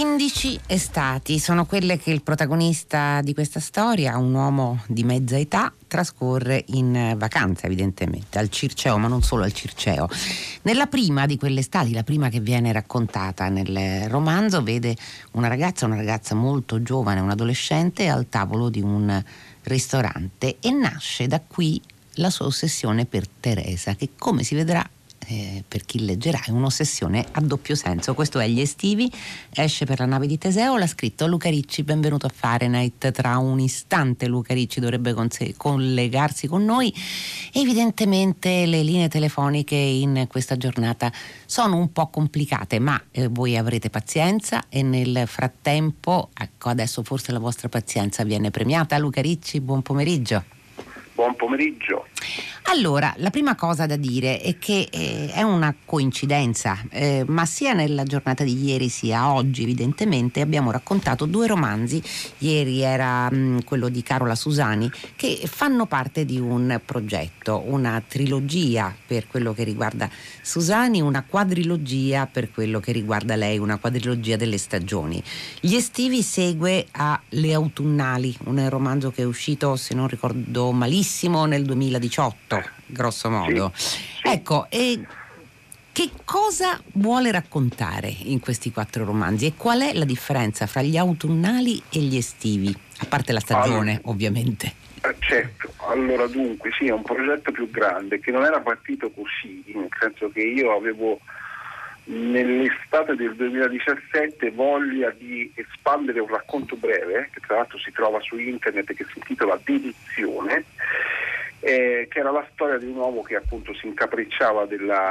15 estati sono quelle che il protagonista di questa storia, un uomo di mezza età, trascorre in vacanza, evidentemente, al Circeo, ma non solo al Circeo. Nella prima di quelle estati, la prima che viene raccontata nel romanzo, vede una ragazza molto giovane, un adolescente, al tavolo di un ristorante, e nasce da qui la sua ossessione per Teresa, che, come si vedrà per chi leggerà, è un'ossessione a doppio senso. Questo è Gli estivi, esce per la nave di Teseo, l'ha scritto Luca Ricci. Benvenuto a Fahrenheit. Tra un istante Luca Ricci dovrebbe collegarsi con noi. Evidentemente le linee telefoniche in questa giornata sono un po' complicate, ma voi avrete pazienza, e nel frattempo, ecco, adesso forse la vostra pazienza viene premiata. Luca Ricci, buon pomeriggio. Buon pomeriggio. Allora, la prima cosa da dire è che è una coincidenza, ma sia nella giornata di ieri sia oggi evidentemente abbiamo raccontato due romanzi. Ieri era quello di Carola Susani, che fanno parte di un progetto, una trilogia per quello che riguarda Susani, una quadrilogia per quello che riguarda lei, una quadrilogia delle stagioni. Gli estivi segue a Le autunnali, un romanzo che è uscito, se non ricordo malissimo, nel 2018. Grosso modo. Sì. Ecco, e che cosa vuole raccontare in questi 4 romanzi e qual è la differenza fra gli autunnali e gli estivi, a parte la stagione, ovviamente? Certo, allora dunque sì, è un progetto più grande che non era partito così, nel senso che io avevo nell'estate del 2017 voglia di espandere un racconto breve, che tra l'altro si trova su internet, che si intitola Dedizione, che era la storia di un uomo che appunto si incapricciava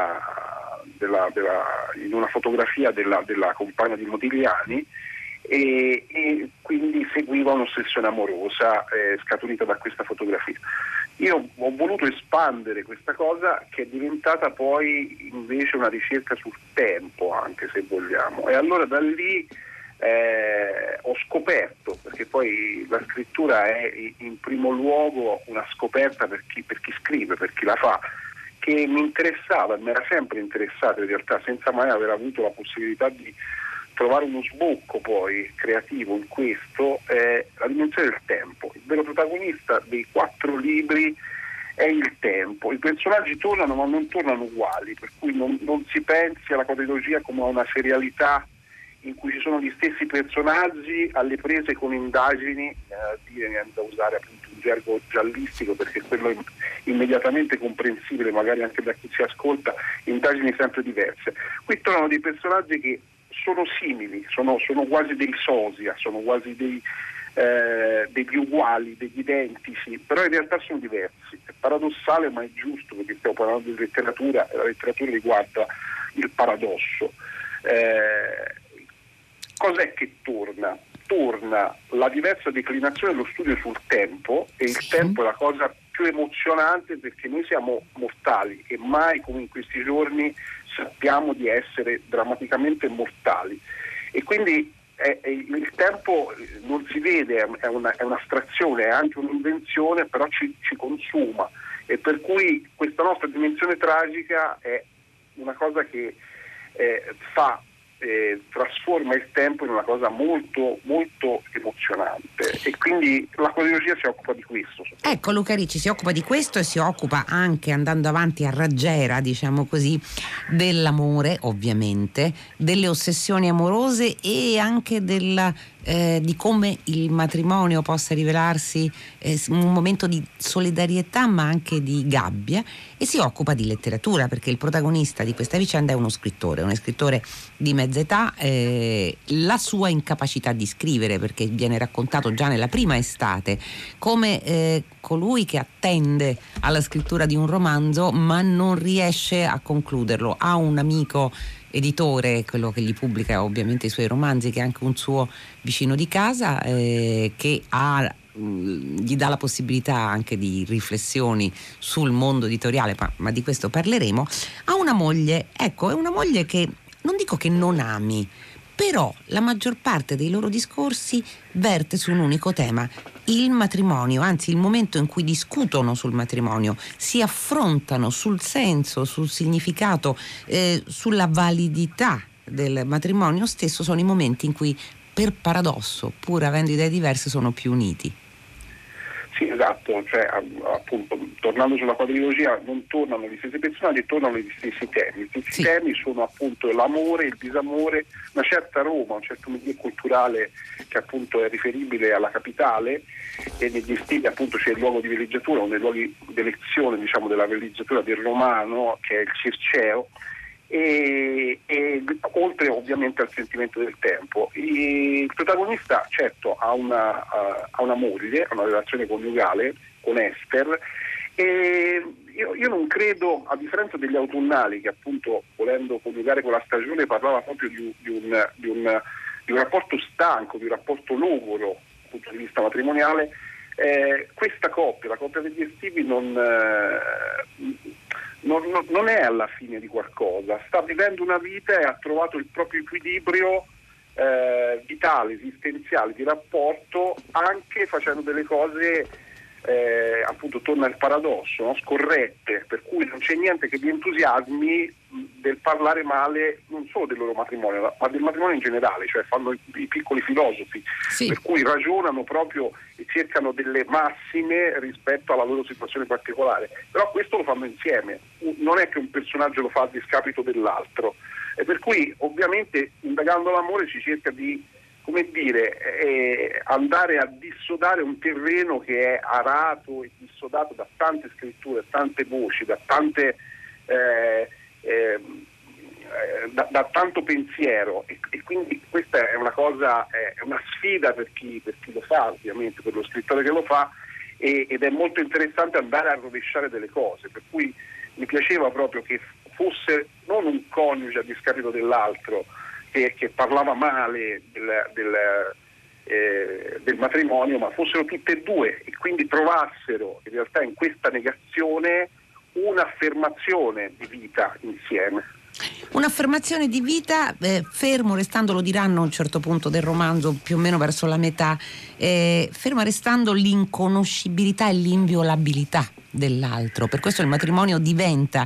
in una fotografia della compagna di Modigliani e quindi seguiva un'ossessione amorosa scaturita da questa fotografia. Io ho voluto espandere questa cosa, che è diventata poi invece una ricerca sul tempo, anche se vogliamo, e allora da lì ho scoperto, perché poi la scrittura è in primo luogo una scoperta per chi scrive, per chi la fa, che mi interessava, mi era sempre interessato in realtà, senza mai aver avuto la possibilità di trovare uno sbocco poi creativo in questo, la dimensione del tempo. Il vero protagonista dei 4 libri è il tempo. I personaggi tornano, ma non tornano uguali, per cui non si pensi alla quadrilogia come a una serialità in cui ci sono gli stessi personaggi alle prese con indagini, da usare appunto un gergo giallistico, perché quello è immediatamente comprensibile magari anche da chi ci ascolta, indagini sempre diverse. Qui tornano dei personaggi che sono simili, sono quasi dei sosia, sono quasi degli uguali, degli identici, però in realtà sono diversi. È paradossale, ma è giusto, perché stiamo parlando di letteratura e la letteratura riguarda il paradosso. Cos'è che torna? Torna la diversa declinazione dello studio sul tempo, e il tempo è la cosa più emozionante, perché noi siamo mortali e mai come in questi giorni sappiamo di essere drammaticamente mortali, e quindi il tempo non si vede, è un'astrazione, è anche un'invenzione, però ci consuma, e per cui questa nostra dimensione tragica è una cosa che trasforma il tempo in una cosa molto molto emozionante, e quindi la quadrilogia si occupa di questo. Ecco, Luca Ricci si occupa di questo e si occupa anche, andando avanti a raggiera, diciamo così, dell'amore, ovviamente, delle ossessioni amorose, e anche di come il matrimonio possa rivelarsi un momento di solidarietà ma anche di gabbia, e si occupa di letteratura, perché il protagonista di questa vicenda è uno scrittore di mezza età, la sua incapacità di scrivere, perché viene raccontato già nella prima estate come colui che attende alla scrittura di un romanzo ma non riesce a concluderlo. Ha un amico editore, quello che gli pubblica ovviamente i suoi romanzi, che è anche un suo vicino di casa, che gli dà la possibilità anche di riflessioni sul mondo editoriale, ma di questo parleremo. Ha una moglie, ecco, è una moglie che non dico che non ami, però la maggior parte dei loro discorsi verte su un unico tema: il matrimonio, anzi il momento in cui discutono sul matrimonio, si affrontano sul senso, sul significato, sulla validità del matrimonio stesso sono i momenti in cui, per paradosso, pur avendo idee diverse, sono più uniti. Sì, esatto, cioè appunto tornando sulla quadrilogia non tornano gli stessi personaggi, tornano gli stessi temi. Gli stessi temi sono appunto l'amore, il disamore, una certa Roma, un certo milieu culturale che appunto è riferibile alla capitale, e negli stili appunto c'è il luogo di villeggiatura, uno dei luoghi d'elezione diciamo della villeggiatura del romano, che è il Circeo, e oltre ovviamente al sentimento del tempo. Il protagonista certo ha una moglie, ha una relazione coniugale con Esther, e io non credo, a differenza degli autunnali che appunto volendo coniugare con la stagione parlava proprio di un rapporto stanco, di un rapporto logoro dal punto di vista matrimoniale, questa coppia, la coppia degli estivi non è alla fine di qualcosa, sta vivendo una vita e ha trovato il proprio equilibrio vitale, esistenziale, di rapporto, anche facendo delle cose appunto torna il paradosso, no? Scorrette, per cui non c'è niente che vi entusiasmi del parlare male non solo del loro matrimonio ma del matrimonio in generale, cioè fanno i piccoli filosofi, per cui ragionano proprio e cercano delle massime rispetto alla loro situazione particolare, però questo lo fanno insieme, non è che un personaggio lo fa a discapito dell'altro, e per cui ovviamente indagando l'amore si cerca di, come dire, andare a dissodare un terreno che è arato e dissodato da tante scritture, tante voci, da tante da tanto pensiero, e quindi questa è una cosa, è una sfida per chi lo fa, ovviamente per lo scrittore che lo fa, ed è molto interessante andare a rovesciare delle cose, per cui mi piaceva proprio che fosse non un coniuge a discapito dell'altro che parlava male del matrimonio, ma fossero tutte e due, e quindi trovassero in realtà in questa negazione un'affermazione di vita insieme. Un'affermazione di vita, fermo restando, lo diranno a un certo punto del romanzo, più o meno verso la metà, ferma restando l'inconoscibilità e l'inviolabilità dell'altro. Per questo il matrimonio diventa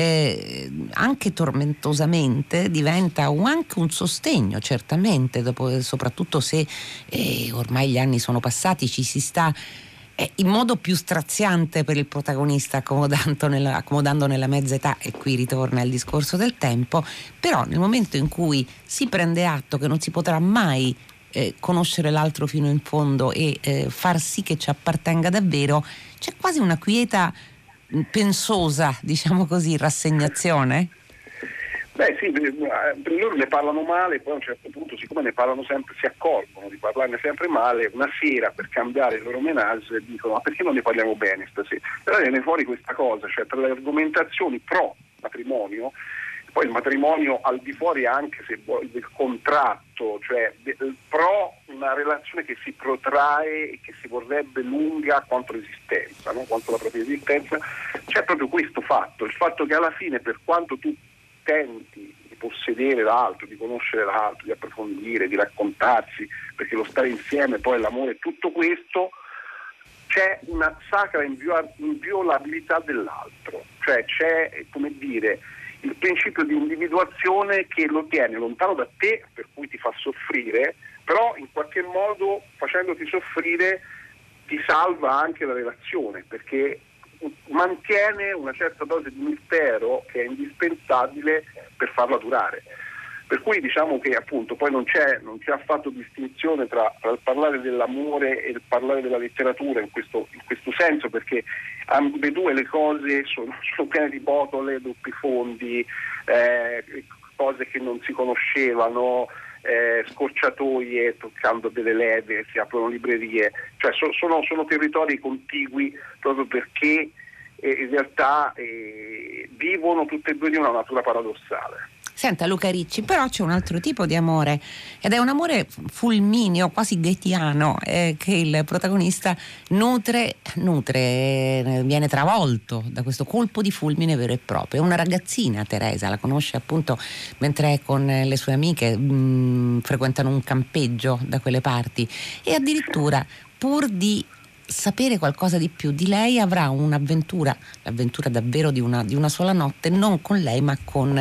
anche tormentosamente, diventa anche un sostegno, certamente, dopo, soprattutto se ormai gli anni sono passati, ci si sta in modo più straziante per il protagonista, accomodando nella mezza età, e qui ritorna il discorso del tempo, però nel momento in cui si prende atto che non si potrà mai conoscere l'altro fino in fondo e far sì che ci appartenga davvero, c'è quasi una quieta pensosa, diciamo così, rassegnazione. Beh sì, per loro ne parlano male, poi a un certo punto, siccome ne parlano sempre, si accorgono di parlarne sempre male, una sera per cambiare il loro menage dicono: ma perché non ne parliamo bene stasera? Però viene fuori questa cosa, cioè tra le argomentazioni pro matrimonio, poi il matrimonio al di fuori anche se vuoi del contratto, cioè pro una relazione che si protrae e che si vorrebbe lunga quanto l'esistenza, no? Quanto la propria esistenza, c'è proprio questo fatto, il fatto che alla fine, per quanto tu tenti di possedere l'altro, di conoscere l'altro, di approfondire, di raccontarsi, perché lo stare insieme poi è l'amore, tutto questo, c'è una sacra inviolabilità dell'altro, cioè c'è, come dire, il principio di individuazione che lo tiene lontano da te, per cui ti fa soffrire, però in qualche modo facendoti soffrire ti salva anche la relazione, perché mantiene una certa dose di mistero che è indispensabile per farla durare. Per cui diciamo che appunto poi non c'è affatto distinzione tra il parlare dell'amore e il parlare della letteratura in questo senso, perché ambedue le cose sono piene di botole, doppi fondi, cose che non si conoscevano, scorciatoie toccando delle leve, si aprono librerie, cioè sono territori contigui proprio perché in realtà vivono tutte e due di una natura paradossale. Senta Luca Ricci, però c'è un altro tipo di amore, ed è un amore fulmineo, quasi goetheano, che il protagonista nutre, viene travolto da questo colpo di fulmine vero e proprio. È una ragazzina, Teresa, la conosce appunto mentre è con le sue amiche, frequentano un campeggio da quelle parti, e addirittura, pur di sapere qualcosa di più di lei, avrà l'avventura davvero di una sola notte, non con lei ma con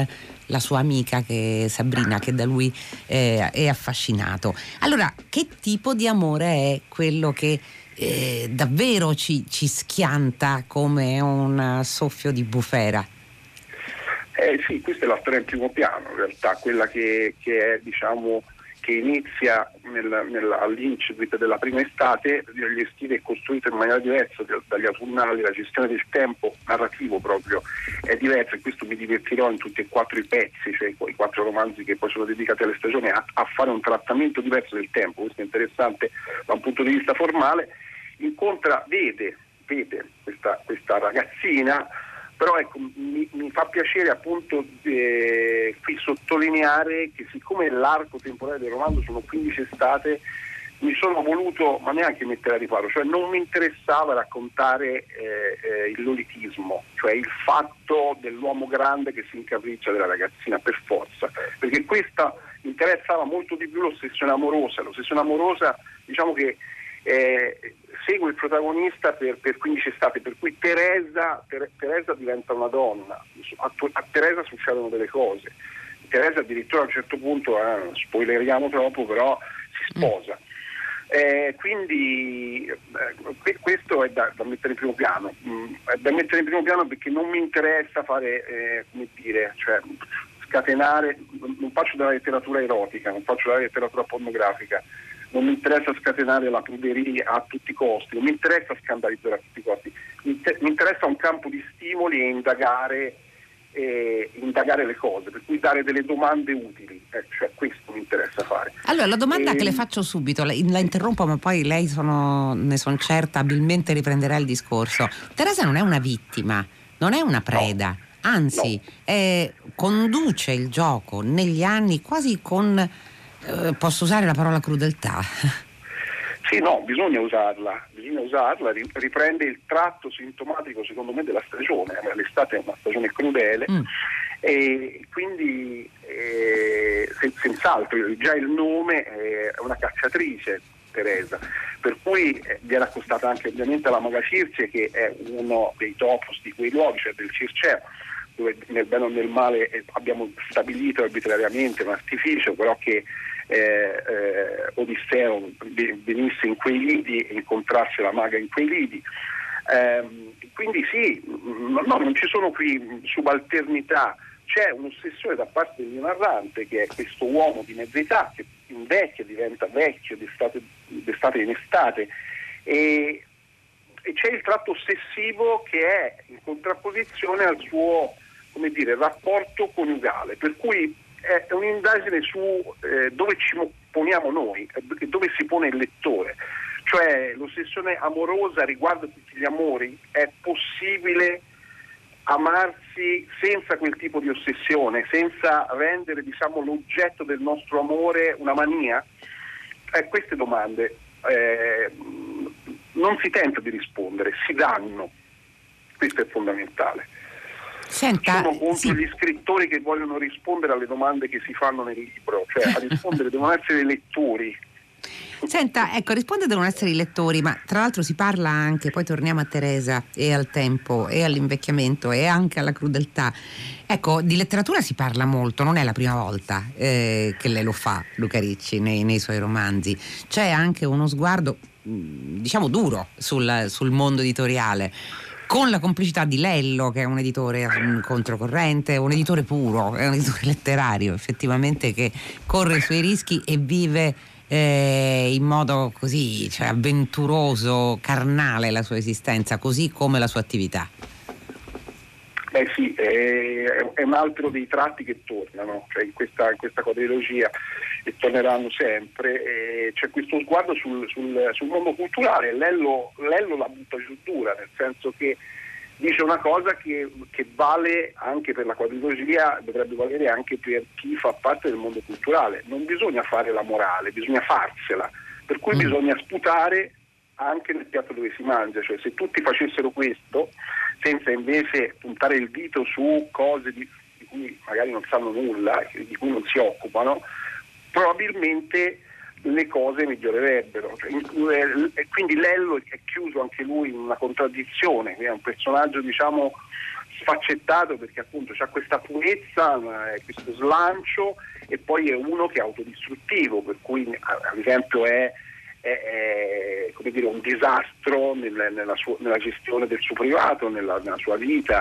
la sua amica Sabrina, che da lui è affascinato. Allora, che tipo di amore è quello che davvero ci schianta come un soffio di bufera? Sì, questa è la storia in primo piano, in realtà, quella che è, diciamo, che inizia all'incipit della prima estate. Gli estivi è costruito in maniera diversa dagli autunnali, la gestione del tempo narrativo proprio è diversa, e questo mi divertirò in tutti e 4 i pezzi, cioè i 4 romanzi che poi sono dedicati alle stagioni, a fare un trattamento diverso del tempo. Questo è interessante da un punto di vista formale. Vede questa ragazzina, però ecco, mi fa piacere appunto qui sottolineare che, siccome l'arco temporale del romanzo sono 15 estate, mi sono voluto, ma neanche mettere a riparo, cioè non mi interessava raccontare il lolitismo, cioè il fatto dell'uomo grande che si incapriccia della ragazzina per forza, perché questa interessava molto di più l'ossessione amorosa. L'ossessione amorosa, diciamo che segue il protagonista per 15 estate, per cui Teresa diventa una donna, a Teresa succedono delle cose, Teresa addirittura a un certo punto, spoileriamo troppo, però si sposa. Quindi questo è da mettere in primo piano, è da mettere in primo piano perché non mi interessa fare, come dire, cioè scatenare, non faccio della letteratura erotica, non faccio della letteratura pornografica, non mi interessa scatenare la pruderia a tutti i costi, non mi interessa scandalizzare a tutti i costi, mi interessa un campo di stimoli e indagare le cose, per cui dare delle domande utili, cioè questo mi interessa fare. Allora, la domanda che le faccio subito, la interrompo, ma poi lei, ne sono certa, abilmente riprenderà il discorso. Teresa non è una vittima, non è una preda, no. Anzi, no. Conduce il gioco negli anni quasi con, posso usare la parola crudeltà? Sì, no, bisogna usarla, riprende il tratto sintomatico, secondo me, della stagione. L'estate è una stagione crudele, e quindi senz'altro già il nome è una cacciatrice, Teresa, per cui viene accostata anche ovviamente alla Maga Circe, che è uno dei topos di quei luoghi, cioè del Circeo, dove nel bene o nel male abbiamo stabilito arbitrariamente un artificio, però che Odisseo venisse in quei lidi e incontrasse la maga in quei lidi. Quindi sì, no, non ci sono qui subalternità, c'è un'ossessione da parte del mio narrante, che è questo uomo di mezza età che invecchia, diventa vecchio d'estate in estate, e c'è il tratto ossessivo che è in contrapposizione al suo, come dire, rapporto coniugale, per cui è un'indagine su dove ci poniamo noi e dove si pone il lettore, cioè l'ossessione amorosa riguarda tutti gli amori. È possibile amarsi senza quel tipo di ossessione, senza rendere, diciamo, l'oggetto del nostro amore una mania? Queste domande non si tenta di rispondere, si danno. Questo è fondamentale. Senta, sono contro gli scrittori che vogliono rispondere alle domande che si fanno nel libro, cioè a rispondere devono essere i lettori. Senta, ecco, rispondere devono essere i lettori, ma tra l'altro si parla anche, poi torniamo a Teresa e al tempo e all'invecchiamento e anche alla crudeltà. Ecco, di letteratura si parla molto, non è la prima volta che lei lo fa, Luca Ricci, nei suoi romanzi. C'è anche uno sguardo, diciamo, duro sul mondo editoriale, con la complicità di Lello, che è un editore controcorrente, un editore puro, è un editore letterario effettivamente, che corre i suoi rischi e vive in modo così, cioè, avventuroso, carnale la sua esistenza, così come la sua attività. Sì, è un altro dei tratti che tornano, cioè in questa quadrilogia, e torneranno sempre. C'è questo sguardo sul mondo culturale. Lello la butta giù dura, nel senso che dice una cosa che vale anche per la quadrilogia, dovrebbe valere anche per chi fa parte del mondo culturale. Non bisogna fare la morale, bisogna farsela, per cui bisogna sputare anche nel piatto dove si mangia, cioè se tutti facessero questo, senza invece puntare il dito su cose di cui magari non sanno nulla, di cui non si occupano, probabilmente le cose migliorerebbero. Quindi Lello è chiuso anche lui in una contraddizione, è un personaggio, diciamo, sfaccettato, perché appunto c'ha questa purezza, questo slancio, e poi è uno che è autodistruttivo, per cui ad esempio è come dire, un disastro nella gestione del suo privato, nella sua vita,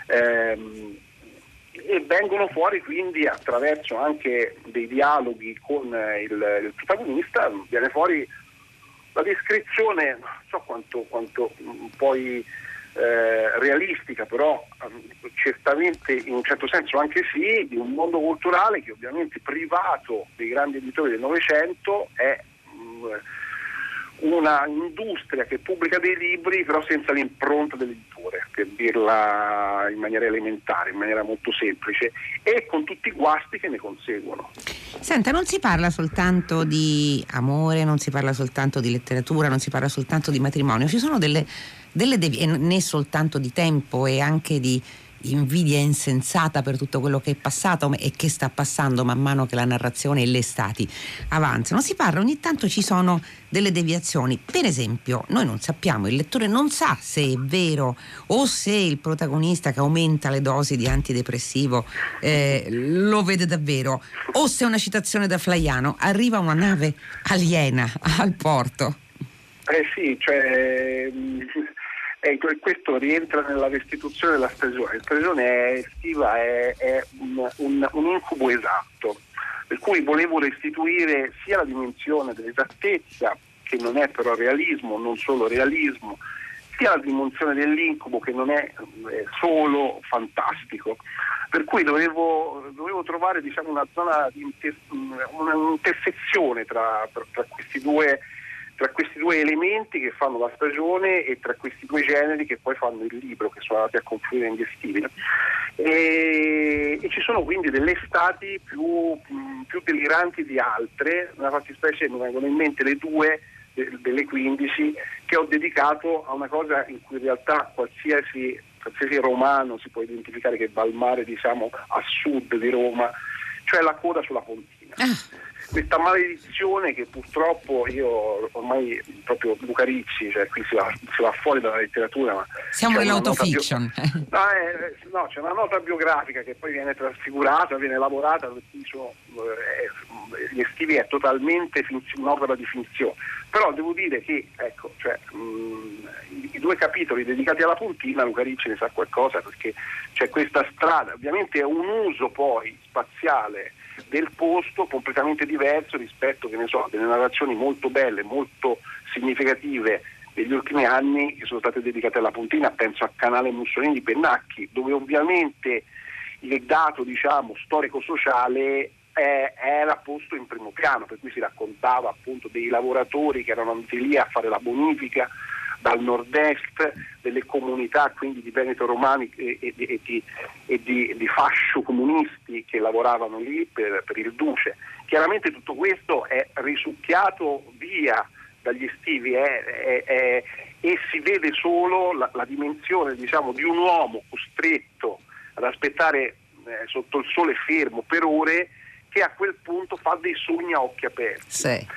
e vengono fuori quindi attraverso anche dei dialoghi con il protagonista, viene fuori la descrizione, non so quanto poi realistica, però certamente in un certo senso anche sì, di un mondo culturale che ovviamente privato dei grandi editori del Novecento è una industria che pubblica dei libri però senza l'impronta dell'editore, per dirla in maniera elementare, in maniera molto semplice, e con tutti i guasti che ne conseguono. Senta, non si parla soltanto di amore, non si parla soltanto di letteratura, non si parla soltanto di matrimonio, ci sono né soltanto di tempo e anche di invidia insensata per tutto quello che è passato e che sta passando man mano che la narrazione e le estati avanzano. Si parla, ogni tanto ci sono delle deviazioni, per esempio noi non sappiamo, il lettore non sa se è vero o se il protagonista che aumenta le dosi di antidepressivo lo vede davvero, o se è una citazione da Flaiano, arriva una nave aliena al porto. Sì, cioè questo rientra nella restituzione della stagione. La stagione estiva è un incubo esatto, per cui volevo restituire sia la dimensione dell'esattezza, che non è però realismo, non solo realismo, sia la dimensione dell'incubo, che non è solo fantastico. Per cui dovevo trovare, diciamo, una zona di un'intersezione tra questi due elementi che fanno la stagione e tra questi due generi che poi fanno il libro, che sono andati a confluire negli estivi. E ci sono quindi delle estati più deliranti di altre. Nella fattispecie mi vengono in mente le due delle 15 che ho dedicato a una cosa in cui in realtà qualsiasi romano si può identificare, che va al mare, diciamo, a sud di Roma, cioè la coda sulla Pontina. Questa maledizione che purtroppo io ormai, proprio Luca Ricci, cioè qui si va fuori dalla letteratura, ma siamo nell'autofiction. No, c'è una nota biografica che poi viene trasfigurata, viene lavorata, gli estivi è totalmente un'opera di finzione. Però devo dire che i due capitoli dedicati alla Pontina, Luca Ricci ne sa qualcosa, perché c'è questa strada, ovviamente è un uso poi spaziale del posto completamente diverso rispetto, che ne so, delle narrazioni molto belle, molto significative degli ultimi anni che sono state dedicate alla Pontina. Penso a Canale Mussolini di Pennacchi, dove ovviamente il dato, diciamo, storico-sociale era posto in primo piano, per cui si raccontava appunto dei lavoratori che erano andati lì a fare la bonifica dal nord-est, delle comunità quindi di veneto-romani e di fascio comunisti che lavoravano lì per il duce. Chiaramente tutto questo è risucchiato via dagli estivi e si vede solo la dimensione, diciamo, di un uomo costretto ad aspettare sotto il sole fermo per ore, che a quel punto fa dei sogni a occhi aperti. Sì.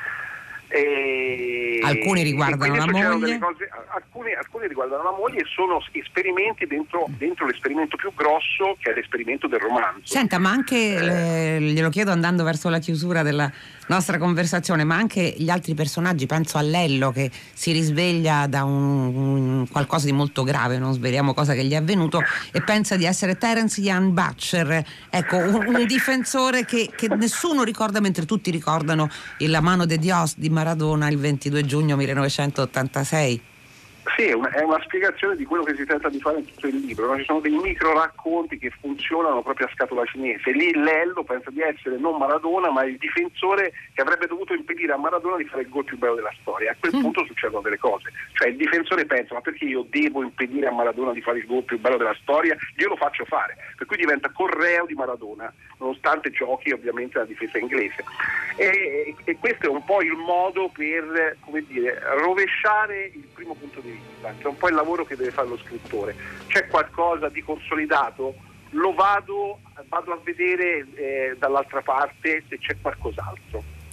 Alcuni riguardano la moglie, alcuni riguardano la moglie, e sono esperimenti dentro l'esperimento più grosso, che è l'esperimento del romanzo. Senta, ma anche glielo chiedo andando verso la chiusura della nostra conversazione, ma anche gli altri personaggi, penso a Lello che si risveglia da un qualcosa di molto grave, non sveliamo cosa che gli è avvenuto, e pensa di essere Terence Ian Butcher, ecco, un difensore che nessuno ricorda, mentre tutti ricordano La mano de Dios di Maradona il 22 giugno 1986. Sì, è una spiegazione di quello che si tenta di fare in tutto il libro, no? Ci sono dei micro racconti che funzionano proprio a scatola cinese. Lì Lello pensa di essere non Maradona, ma il difensore che avrebbe dovuto impedire a Maradona di fare il gol più bello della storia. A quel punto succedono delle cose, cioè il difensore pensa: ma perché io devo impedire a Maradona di fare il gol più bello della storia? Io lo faccio fare, per cui diventa correo di Maradona, nonostante giochi ovviamente la difesa inglese. E questo è un po' il modo per, come dire, rovesciare il primo punto di vista, che è un po' il lavoro che deve fare lo scrittore. C'è qualcosa di consolidato, lo vado a vedere dall'altra parte se c'è qualcos'altro.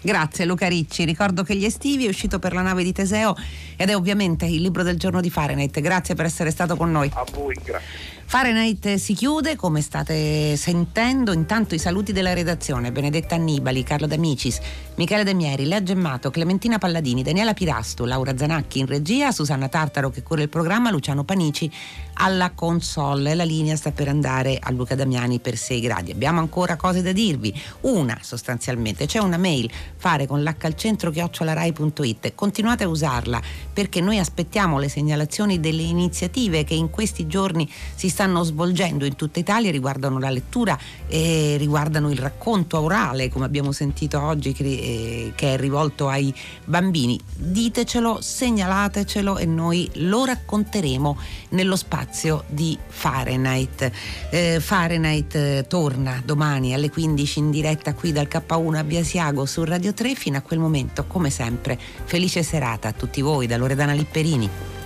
Grazie Luca Ricci. Ricordo che Gli estivi è uscito per la nave di Teseo ed è ovviamente il libro del giorno di Fahrenheit. Grazie per essere stato con noi. A voi, grazie. Fahrenheit si chiude, come state sentendo. Intanto i saluti della redazione: Benedetta Annibali, Carlo D'Amicis, Michele De Mieri, Lea Gemmato, Clementina Palladini, Daniela Pirastu, Laura Zanacchi in regia, Susanna Tartaro che cura il programma, Luciano Panici alla console. La linea sta per andare a Luca Damiani per 6 gradi. Abbiamo ancora cose da dirvi. Una, sostanzialmente, c'è una mail, fare@rai.it. Continuate a usarla perché noi aspettiamo le segnalazioni delle iniziative che in questi giorni si stanno svolgendo in tutta Italia, riguardano la lettura e riguardano il racconto orale, come abbiamo sentito oggi, che è rivolto ai bambini. Ditecelo, segnalatecelo e noi lo racconteremo nello spazio di Fahrenheit. Fahrenheit torna domani alle 15 in diretta qui dal K1 a Via Asiago su Radio 3. Fino a quel momento, come sempre, felice serata a tutti voi da Loredana Lipperini.